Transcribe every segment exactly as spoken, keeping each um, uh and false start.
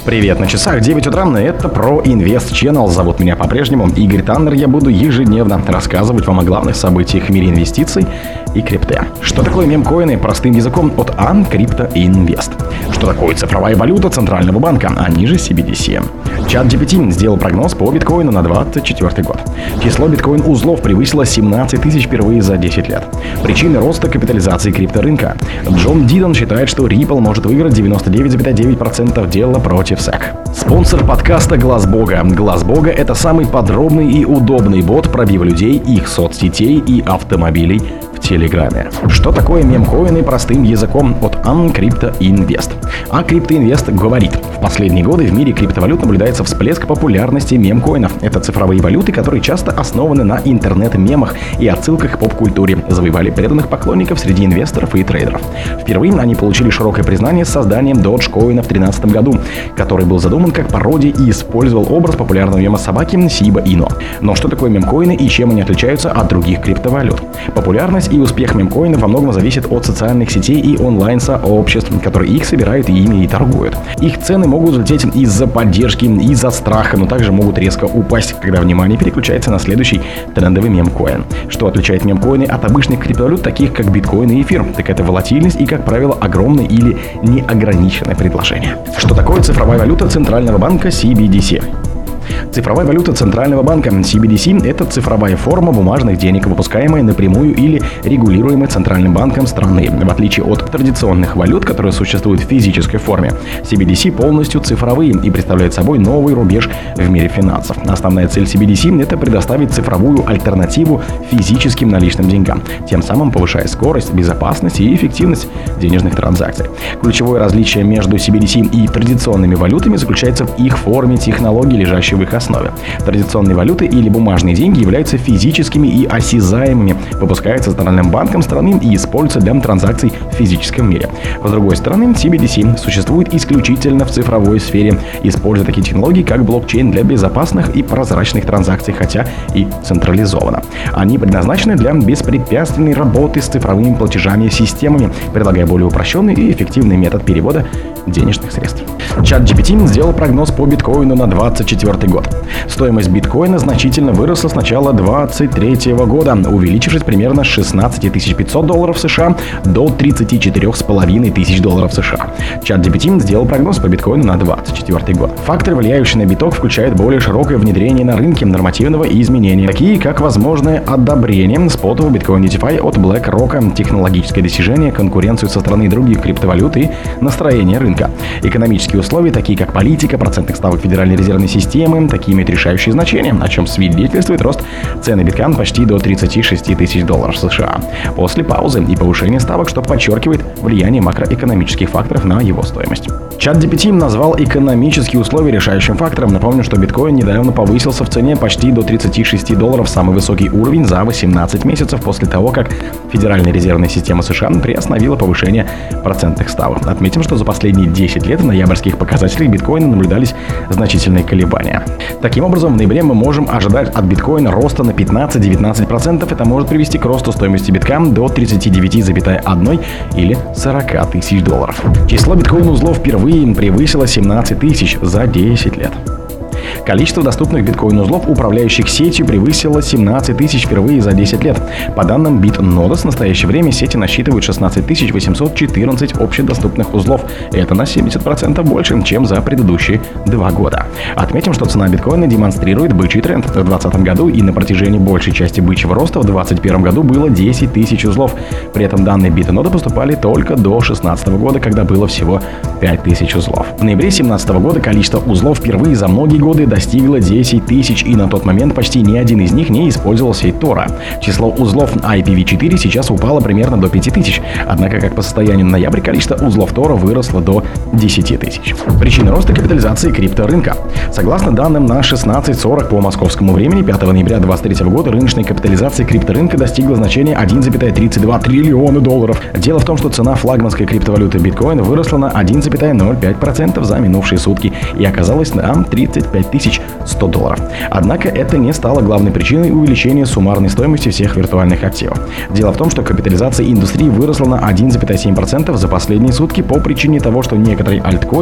Привет, на часах девять утра, это про Invest Channel. Зовут меня по-прежнему Игорь Таннер. Я буду ежедневно рассказывать вам о главных событиях в мире инвестиций и крипты. Что такое мемкоины простым языком от А Crypto Invest? Что такое цифровая валюта Центрального банка, они же си би ди си? ChatGPT сделал прогноз по биткоину на двадцать четвёртый год. Число биткоин-узлов превысило семнадцать тысяч впервые за десять лет. Причины роста капитализации крипторынка. Джон Дидон считает, что Ripple может выиграть девяносто девять целых девять десятых процента дела против эс и си. Спонсор подкаста Глаз Бога. Глаз Бога — это самый подробный и удобный бот пробива людей, их соцсетей и автомобилей в Телеграме. Что такое мемкоины простым языком от А Crypto Invest? А Crypto Invest говорит: в последние годы в мире криптовалют наблюдается всплеск популярности мемкоинов. Это цифровые валюты, которые часто основаны на интернет-мемах и отсылках к поп-культуре, завоевали преданных поклонников среди инвесторов и трейдеров. Впервые они получили широкое признание с созданием Dogecoin в две тысячи тринадцатом году, который был задуман как пародия и использовал образ популярного мема собаки Сиба Ино. Но что такое мемкоины и чем они отличаются от других криптовалют? Популярность и успех мемкоинов во многом зависит от социальных сетей и онлайн-сообществ, которые их собирают и ими и торгуют. Их цены могут взлететь из-за поддержки, из-за страха, но также могут резко упасть, когда внимание переключается на следующий трендовый мемкоин. Что отличает мемкоины от обычных криптовалют, таких как биткоин и эфир? Так это волатильность и, как правило, огромное или неограниченное предложение. Что такое цифровая валюта Центрального банка си би ди си? Цифровая валюта Центрального банка си би ди си – это цифровая форма бумажных денег, выпускаемая напрямую или регулируемая Центральным банком страны. В отличие от традиционных валют, которые существуют в физической форме, си би ди си полностью цифровые и представляют собой новый рубеж в мире финансов. Основная цель си би ди си – это предоставить цифровую альтернативу физическим наличным деньгам, тем самым повышая скорость, безопасность и эффективность денежных транзакций. Ключевое различие между си би ди си и традиционными валютами заключается в их форме технологий, лежащей в их основе. Традиционные валюты или бумажные деньги являются физическими и осязаемыми, выпускаются Центральным банком страны и используются для транзакций в физическом мире. С другой стороны, си би ди си существует исключительно в цифровой сфере, используя такие технологии, как блокчейн для безопасных и прозрачных транзакций, хотя и централизованно. Они предназначены для беспрепятственной работы с цифровыми платежами и системами, предлагая более упрощенный и эффективный метод перевода денежных средств. ChatGPT сделал прогноз по биткоину на двадцать четвёртый год. Стоимость биткоина значительно выросла с начала двадцать третьего года, увеличившись примерно с шестнадцати тысяч пятисот долларов США до тридцати четырёх с половиной тысяч долларов США. ChatGPT сделал прогноз по биткоину на двадцать четвёртый год. Факторы, влияющие на биток, включают более широкое внедрение на рынке нормативного изменения, такие как возможное одобрение спотового биткоин ди ти эф от BlackRock, технологическое достижение, конкуренцию со стороны других криптовалют и настроение рынка. Экономические условия, такие как политика, процентных ставок Федеральной резервной системы, такие имеют решающее значение, о чем свидетельствует рост цены биткоина почти до тридцати шести тысяч долларов США после паузы и повышения ставок, что подчеркивает влияние макроэкономических факторов на его стоимость. ChatGPT назвал экономические условия решающим фактором. Напомню, что биткоин недавно повысился в цене почти до тридцати шести долларов, самый высокий уровень за восемнадцать месяцев после того, как Федеральная резервная система США приостановила повышение процентных ставок. Отметим, что за последние десять лет в ноябрьских показателях биткоина наблюдались значительные колебания. Таким образом, в ноябре мы можем ожидать от биткоина роста на пятнадцать-девятнадцать процентов. Это может привести к росту стоимости биткоина до тридцати девяти целых одной десятой или сорока тысяч долларов. Число биткоин-узлов впервые превысило семнадцать тысяч за десять лет. Количество доступных биткоин-узлов, управляющих сетью, превысило семнадцать тысяч впервые за десять лет. По данным BitNodes, в настоящее время сети насчитывают шестнадцать тысяч восемьсот четырнадцать общедоступных узлов. Это на семьдесят процентов больше, чем за предыдущие два года. Отметим, что цена биткоина демонстрирует бычий тренд. В две тысячи двадцатом году и на протяжении большей части бычьего роста в две тысячи двадцать первом году было десять тысяч узлов. При этом данные BitNodes поступали только до две тысячи шестнадцатого года, когда было всего пять тысяч узлов. В ноябре две тысячи семнадцатого года количество узлов впервые за многие годы достигло десять тысяч, и на тот момент почти ни один из них не использовал сеть Тора. Число узлов ай пи ви четыре сейчас упало примерно до пяти тысяч, однако как по состоянию на ноябрь количество узлов Тора выросло до десяти тысяч. Причины роста капитализации крипторынка. Согласно данным на шестнадцать сорок по московскому времени пятого ноября две тысячи двадцать третьего года рыночная капитализация крипторынка достигла значения один целых тридцать два триллиона долларов. Дело в том, что цена флагманской криптовалюты биткоин выросла на один целых ноль пять процента за минувшие сутки и оказалась на тридцать пять тысяч сто долларов. Однако это не стало главной причиной увеличения суммарной стоимости всех виртуальных активов. Дело в том, что капитализация индустрии выросла на один целых семь десятых процента за последние сутки по причине того, что некоторые альткоины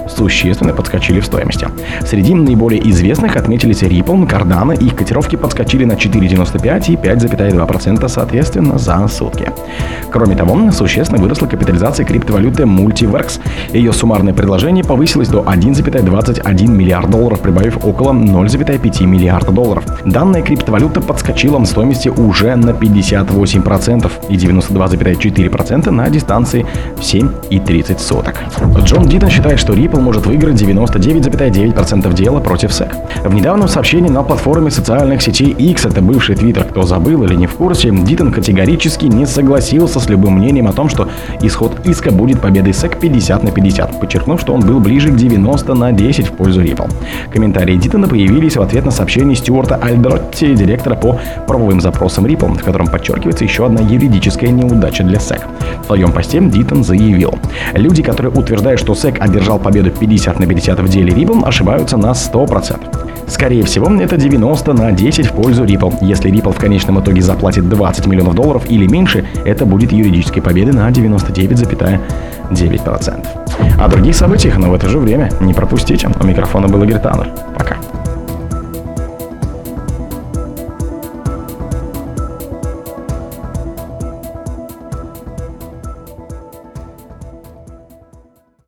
существенно подскочили в стоимости. Среди наиболее известных отметились Ripple, Cardano, их котировки подскочили на четыре целых девяносто пять и пять целых два процента соответственно за сутки. Кроме того, существенно выросла капитализация криптовалюты Multiverse. Ее суммарное предложение повысилось до один целых двадцать один миллиард долларов, прибавив около ноль целых пять миллиарда долларов. Данная криптовалюта подскочила в стоимости уже на пятьдесят восемь процентов и девяносто два целых четыре десятых процента на дистанции в семь и тридцать соток. Джон Дитон считает, что Ripple может выиграть девяносто девять целых девять десятых процента дела против эс и си. В недавнем сообщении на платформе социальных сетей X, это бывший Twitter, кто забыл или не в курсе, Дитон категорически не согласился с любым мнением о том, что исход иска будет победой эс и си пятьдесят на пятьдесят, подчеркнув, что он был ближе к девяносто на десять в пользу Ripple. Комментарии Дитона появились в ответ на сообщение Стюарта Альберотти, директора по правовым запросам Ripple, в котором подчеркивается еще одна юридическая неудача для эс и си. В своем посте Дитон заявил: люди, которые утверждают, что эс и си одержал победу пятьдесят на пятьдесят в деле Ripple, ошибаются на сто процентов. Скорее всего, это девяносто на десять в пользу Ripple. Если Ripple в конечном итоге заплатит двадцать миллионов долларов или меньше, это будет юридической победой на девяносто девять целых девять процентов. О других событиях, но в это же время не пропустите. У микрофона был Игорь Таннер. Пока.